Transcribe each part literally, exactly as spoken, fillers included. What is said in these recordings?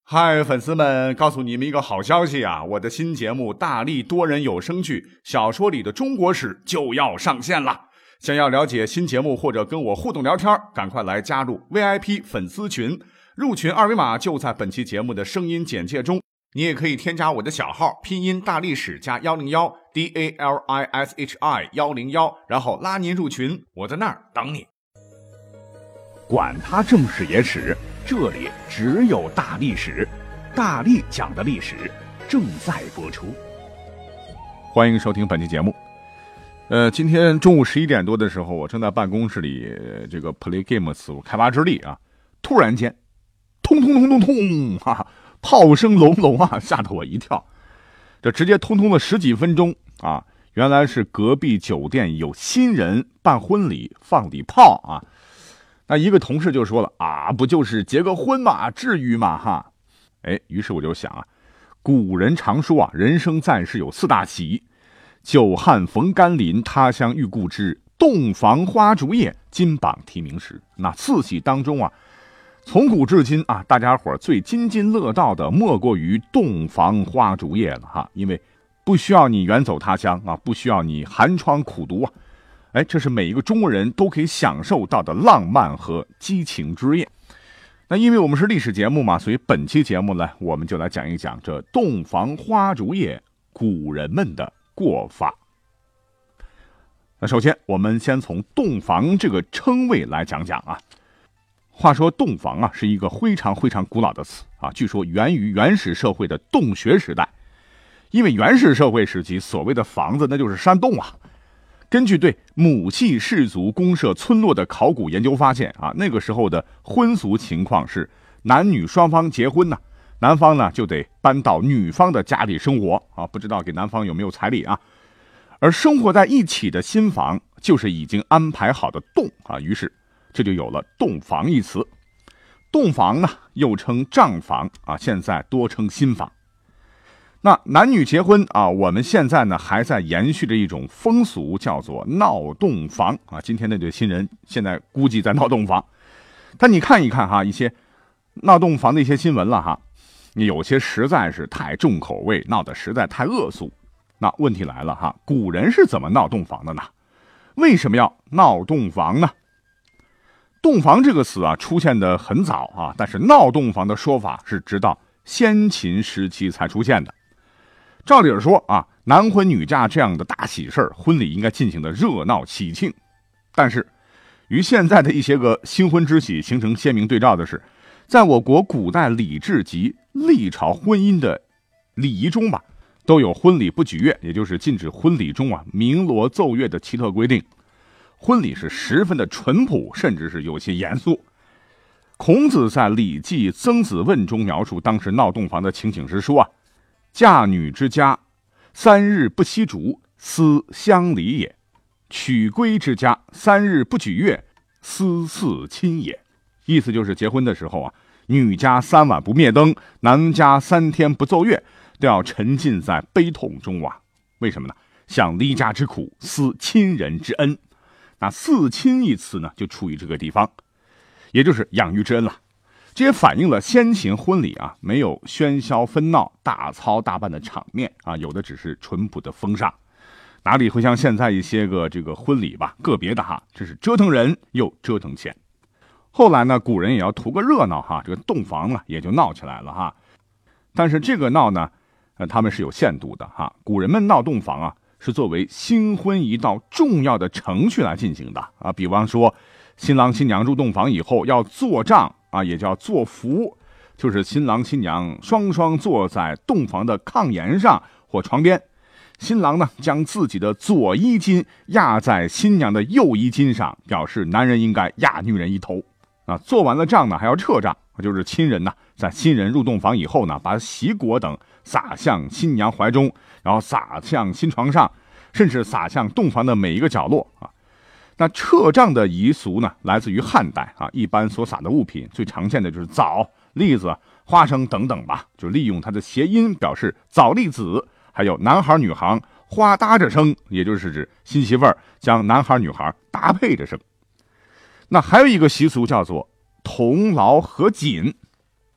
嗨，粉丝们，告诉你们一个好消息啊！我的新节目《大力多人有声剧小说里的中国史》就要上线了。想要了解新节目或者跟我互动聊天，赶快来加入 V I P 粉丝群，入群二维码就在本期节目的声音简介中。你也可以添加我的小号，拼音大历史加一零一 D A L I S H I 一零一，然后拉您入群，我在那儿等你。 管他正史野史，这里只有大历史，大力讲的历史正在播出。 欢迎收听本期节目。呃，今天中午十一点多的时候，我正在办公室里这个 Play Games 开发之力啊，突然间，通通通通通，哈哈，炮声隆隆啊，吓得我一跳。这直接通通了十几分钟啊，原来是隔壁酒店有新人办婚礼放礼炮啊。那一个同事就说了啊，不就是结个婚嘛，至于吗哈？哎，于是我就想啊，古人常说啊，人生在世有四大喜：久旱逢甘霖，他乡遇故知，洞房花烛夜，金榜题名时。那四喜当中啊，从古至今啊，大家伙最津津乐道的莫过于洞房花烛夜了哈，因为不需要你远走他乡啊，不需要你寒窗苦读啊。哎，这是每一个中国人都可以享受到的浪漫和激情之夜。那因为我们是历史节目嘛，所以本期节目呢，我们就来讲一讲这洞房花烛夜古人们的过法。那首先，我们先从洞房这个称谓来讲讲啊。话说洞房啊，是一个非常非常古老的词啊，据说源于原始社会的洞穴时代。因为原始社会时期所谓的房子那就是山洞啊。根据对母系氏族公社村落的考古研究发现啊，那个时候的婚俗情况是男女双方结婚呢，男方呢就得搬到女方的家里生活啊，不知道给男方有没有彩礼啊。而生活在一起的新房就是已经安排好的洞啊，于是这就有了洞房一词。洞房呢又称账房啊，现在多称新房。那男女结婚啊，我们现在呢还在延续着一种风俗，叫做闹洞房啊。今天的这新人现在估计在闹洞房，但你看一看哈，一些闹洞房的一些新闻了哈，你有些实在是太重口味，闹得实在太恶俗。那问题来了哈，古人是怎么闹洞房的呢？为什么要闹洞房呢？洞房这个词啊出现的很早啊，但是闹洞房的说法是直到先秦时期才出现的。照理说啊，男婚女嫁这样的大喜事儿，婚礼应该进行的热闹喜庆。但是，与现在的一些个新婚之喜形成鲜明对照的是，在我国古代礼制及历朝婚姻的礼仪中吧，都有婚礼不举乐，也就是禁止婚礼中啊鸣锣奏乐的奇特规定。婚礼是十分的淳朴，甚至是有些严肃。孔子在《礼记·曾子问》中描述当时闹洞房的情景时说啊，嫁女之家，三日不息烛，思乡里也；娶归之家，三日不举乐，思嗣亲也。意思就是结婚的时候啊，女家三晚不灭灯，男家三天不奏乐，都要沉浸在悲痛中啊。为什么呢？想离家之苦，思亲人之恩。那嗣亲一词呢，就出于这个地方，也就是养育之恩了。这也反映了先秦婚礼啊，没有喧嚣纷闹、大操大办的场面啊，有的只是淳朴的风尚，哪里会像现在一些个这个婚礼吧，个别的哈，这是折腾人又折腾钱。后来呢，古人也要图个热闹哈，这个洞房呢也就闹起来了哈。但是这个闹呢，呃，他们是有限度的哈。古人们闹洞房啊，是作为新婚一道重要的程序来进行的啊。比方说，新郎新娘入洞房以后要坐帐。啊，也叫坐服，就是新郎新娘双双坐在洞房的炕沿上或床边，新郎呢将自己的左衣襟压在新娘的右衣襟上，表示男人应该压女人一头。啊，做完了帐呢还要撤帐，就是亲人呢在新人入洞房以后呢，把喜果等撒向新娘怀中，然后撒向新床上，甚至撒向洞房的每一个角落啊。那撤帐的习俗呢，来自于汉代啊，一般所撒的物品最常见的就是枣、栗子、花生等等吧，就利用它的谐音表示枣栗子，还有男孩女孩花搭着生，也就是指新媳妇儿将男孩女孩搭配着生。那还有一个习俗叫做同劳合锦，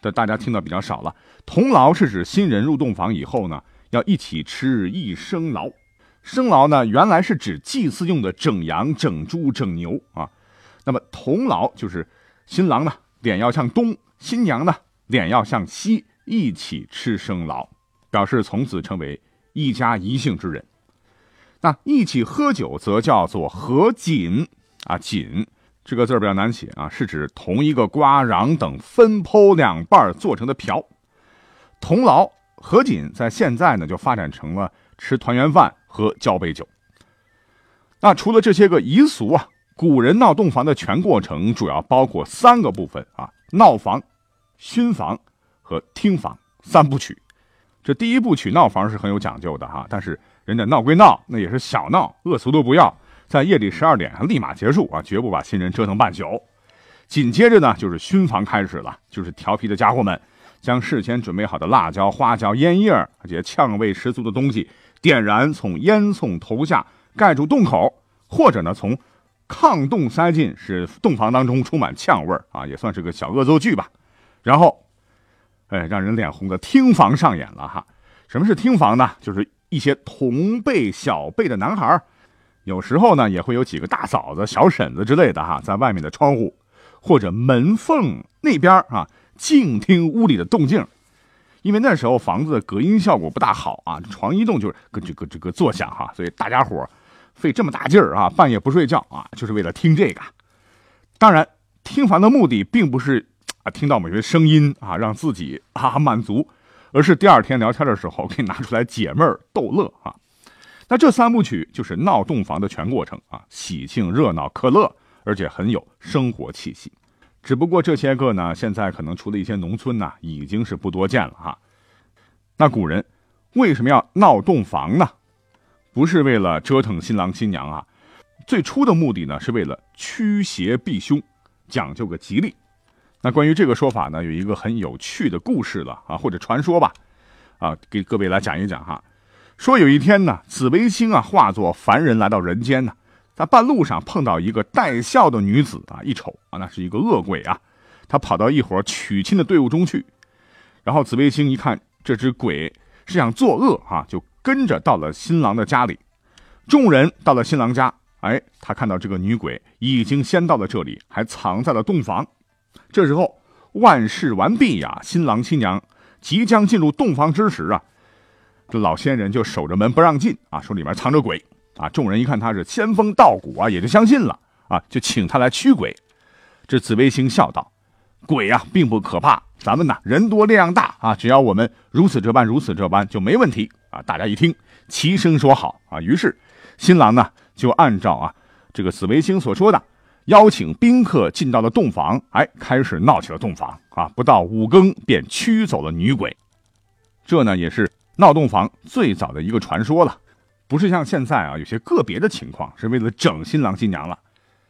这大家听到比较少了。同牢是指新人入洞房以后呢，要一起吃一生牢。生牢呢，原来是指祭祀用的整羊、整猪、整牛啊。那么同牢就是新郎呢脸要向东，新娘呢脸要向西，一起吃生牢，表示从此成为一家一姓之人。那一起喝酒则叫做合卺啊，卺这个字比较难写啊，是指同一个瓜瓤等分剖两半做成的瓢。同牢合卺在现在呢就发展成了吃团圆饭和交杯酒。那除了这些个遗俗啊，古人闹洞房的全过程主要包括三个部分啊：闹房、熏房和听房三部曲。这第一部曲闹房是很有讲究的哈，但是人家闹归闹，那也是小闹，恶俗都不要，在夜里十二点立马结束啊，绝不把新人折腾半宿。紧接着呢，就是熏房开始了，就是调皮的家伙们将事先准备好的辣椒、花椒、烟叶而且呛味十足的东西点燃，从烟囱投下，盖住洞口，或者呢从炕洞塞进，使洞房当中充满呛味啊，也算是个小恶作剧吧。然后哎，让人脸红的听房上演了哈。什么是听房呢？就是一些同辈小辈的男孩，有时候呢也会有几个大嫂子、小婶子之类的哈，在外面的窗户或者门缝那边啊，静听屋里的动静。因为那时候房子的隔音效果不大好啊，床一动就是咯吱咯吱咯作响哈，所以大家伙费这么大劲儿啊，半夜不睡觉啊，就是为了听这个。当然，听房的目的并不是啊听到某些声音啊让自己啊满足，而是第二天聊天的时候可以拿出来解闷儿逗乐啊。那这三部曲就是闹洞房的全过程啊，喜庆热闹可乐，而且很有生活气息。只不过这些个呢，现在可能除了一些农村呢，已经是不多见了哈。那古人为什么要闹洞房呢？不是为了折腾新郎新娘啊，最初的目的呢是为了驱邪避凶，讲究个吉利。那关于这个说法呢，有一个很有趣的故事了啊，或者传说吧，啊，给各位来讲一讲哈。说有一天呢，紫微星啊化作凡人来到人间呢，在半路上碰到一个带笑的女子啊，一瞅啊，那是一个恶鬼啊，他跑到一伙娶亲的队伍中去，然后紫微星一看这只鬼是想作恶啊，就跟着到了新郎的家里。众人到了新郎家，哎，他看到这个女鬼已经先到了这里，还藏在了洞房。这时候万事完毕呀，新郎新娘即将进入洞房之时啊，这老仙人就守着门不让进啊，说里面藏着鬼啊。众人一看他是仙风道骨啊，也就相信了啊，就请他来驱鬼。这紫微星笑道：鬼啊并不可怕，咱们呢人多力量大啊，只要我们如此这般如此这般就没问题啊。大家一听齐声说好啊，于是新郎呢就按照啊这个紫微星所说的，邀请宾客进到了洞房，哎，开始闹起了洞房啊！不到五更便驱走了女鬼。这呢也是闹洞房最早的一个传说了，不是像现在啊有些个别的情况是为了整新郎新娘了。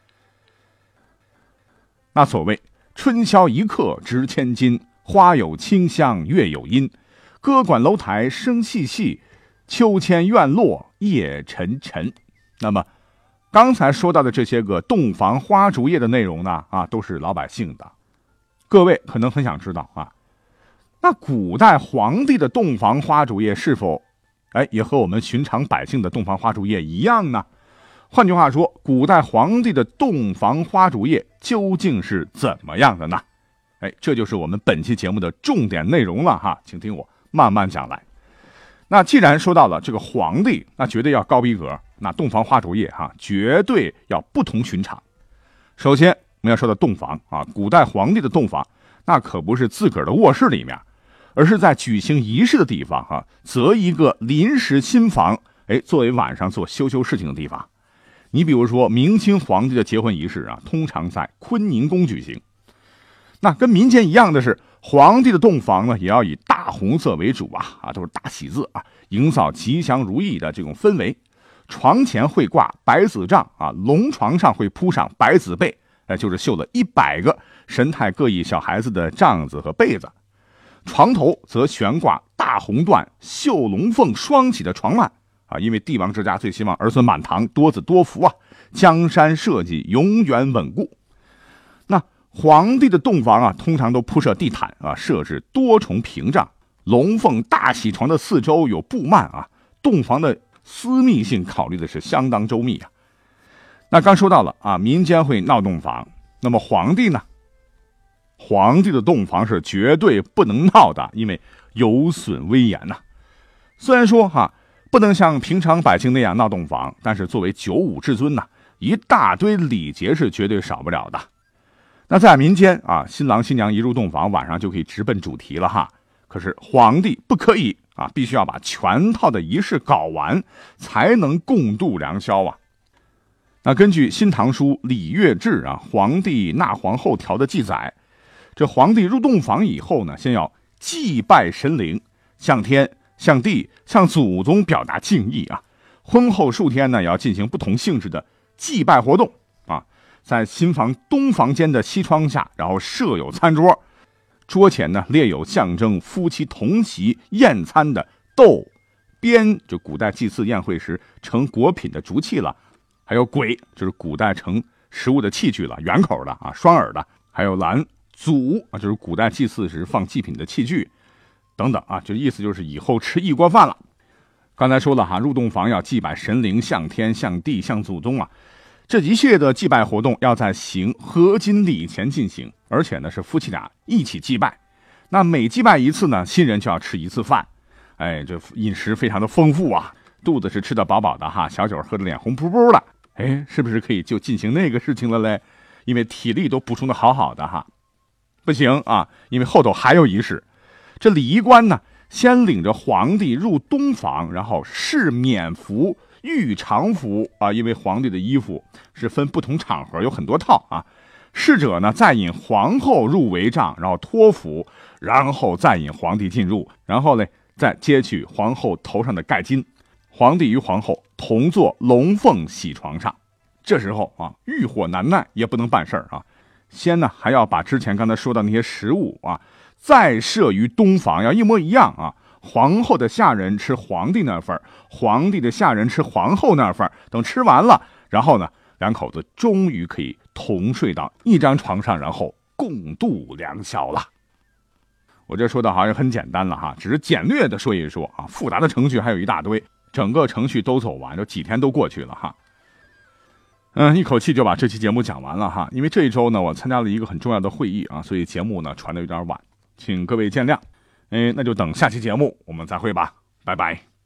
那所谓春宵一刻值千金，花有清香月有阴，歌馆楼台声细细，秋千院落夜沉沉。那么刚才说到的这些个洞房花烛夜的内容呢，啊，都是老百姓的。各位可能很想知道啊，那古代皇帝的洞房花烛夜是否，哎，也和我们寻常百姓的洞房花烛夜一样呢？换句话说，古代皇帝的洞房花烛夜究竟是怎么样的呢？哎，这就是我们本期节目的重点内容了哈，请听我慢慢讲来。那既然说到了这个皇帝，那绝对要高逼格，那洞房花烛夜哈，绝对要不同寻常。首先我们要说到洞房啊，古代皇帝的洞房，那可不是自个儿的卧室里面，而是在举行仪式的地方哈，择一个临时新房，哎，作为晚上做羞羞事情的地方。你比如说明清皇帝的结婚仪式啊，通常在坤宁宫举行。那跟民间一样的是，皇帝的洞房呢，也要以大红色为主啊，啊，都是大喜字啊，营造吉祥如意的这种氛围。床前会挂白子帐啊，龙床上会铺上白子被，哎，就是绣了一百个神态各异小孩子的帐子和被子。床头则悬挂大红缎绣龙凤双喜的床幔啊，因为帝王之家最希望儿孙满堂，多子多福啊，江山社稷永远稳固。那皇帝的洞房啊，通常都铺设地毯啊，设置多重屏障，龙凤大喜床的四周有布幔啊，洞房的私密性考虑的是相当周密啊。那刚说到了啊，民间会闹洞房，那么皇帝呢？皇帝的洞房是绝对不能闹的，因为有损威严呐、啊。虽然说哈、啊，不能像平常百姓那样闹洞房，但是作为九五至尊呐、啊，一大堆礼节是绝对少不了的。那在民间啊，新郎新娘一入洞房，晚上就可以直奔主题了哈。可是皇帝不可以啊，必须要把全套的仪式搞完，才能共度良宵啊。那根据《新唐书礼乐志》啊，皇帝纳皇后条的记载，这皇帝入洞房以后呢，先要祭拜神灵，向天、向地、向祖宗表达敬意啊。婚后数天呢，也要进行不同性质的祭拜活动啊。在新房东房间的西窗下，然后设有餐桌，桌前呢列有象征夫妻同席宴餐的豆、鞭，就古代祭祀宴会时盛果品的竹器了，还有簋，就是古代盛食物的器具了，圆口的啊，双耳的，还有篮、祖啊，就是古代祭祀时放祭品的器具等等啊，就意思就是以后吃一锅饭了。刚才说了哈，入洞房要祭拜神灵，向天、向地、向祖宗啊。这一系列的祭拜活动要在行合金礼前进行，而且呢是夫妻俩一起祭拜。那每祭拜一次呢，新人就要吃一次饭，哎，这饮食非常的丰富啊，肚子是吃得饱饱的哈，小酒喝得脸红扑扑的，哎，是不是可以就进行那个事情了嘞？因为体力都补充的好好的哈。不行啊，因为后头还有仪式。这礼仪官呢，先领着皇帝入东房，然后试冕服、御常服啊，因为皇帝的衣服是分不同场合，有很多套啊。侍者呢，再引皇后入帷帐，然后托服，然后再引皇帝进入，然后呢，再揭去皇后头上的盖巾，皇帝与皇后同坐龙凤喜床上。这时候啊，欲火难耐也不能办事儿啊，先呢还要把之前刚才说的那些食物啊，再设于东房，要一模一样啊。皇后的下人吃皇帝那份，皇帝的下人吃皇后那份，等吃完了，然后呢，两口子终于可以同睡到一张床上，然后共度良宵了。我这说的好像很简单了哈，只是简略的说一说啊，复杂的程序还有一大堆，整个程序都走完，就几天都过去了哈。嗯，一口气就把这期节目讲完了哈，因为这一周呢，我参加了一个很重要的会议啊，所以节目呢传的有点晚，请各位见谅。哎，那就等下期节目我们再会吧，拜拜。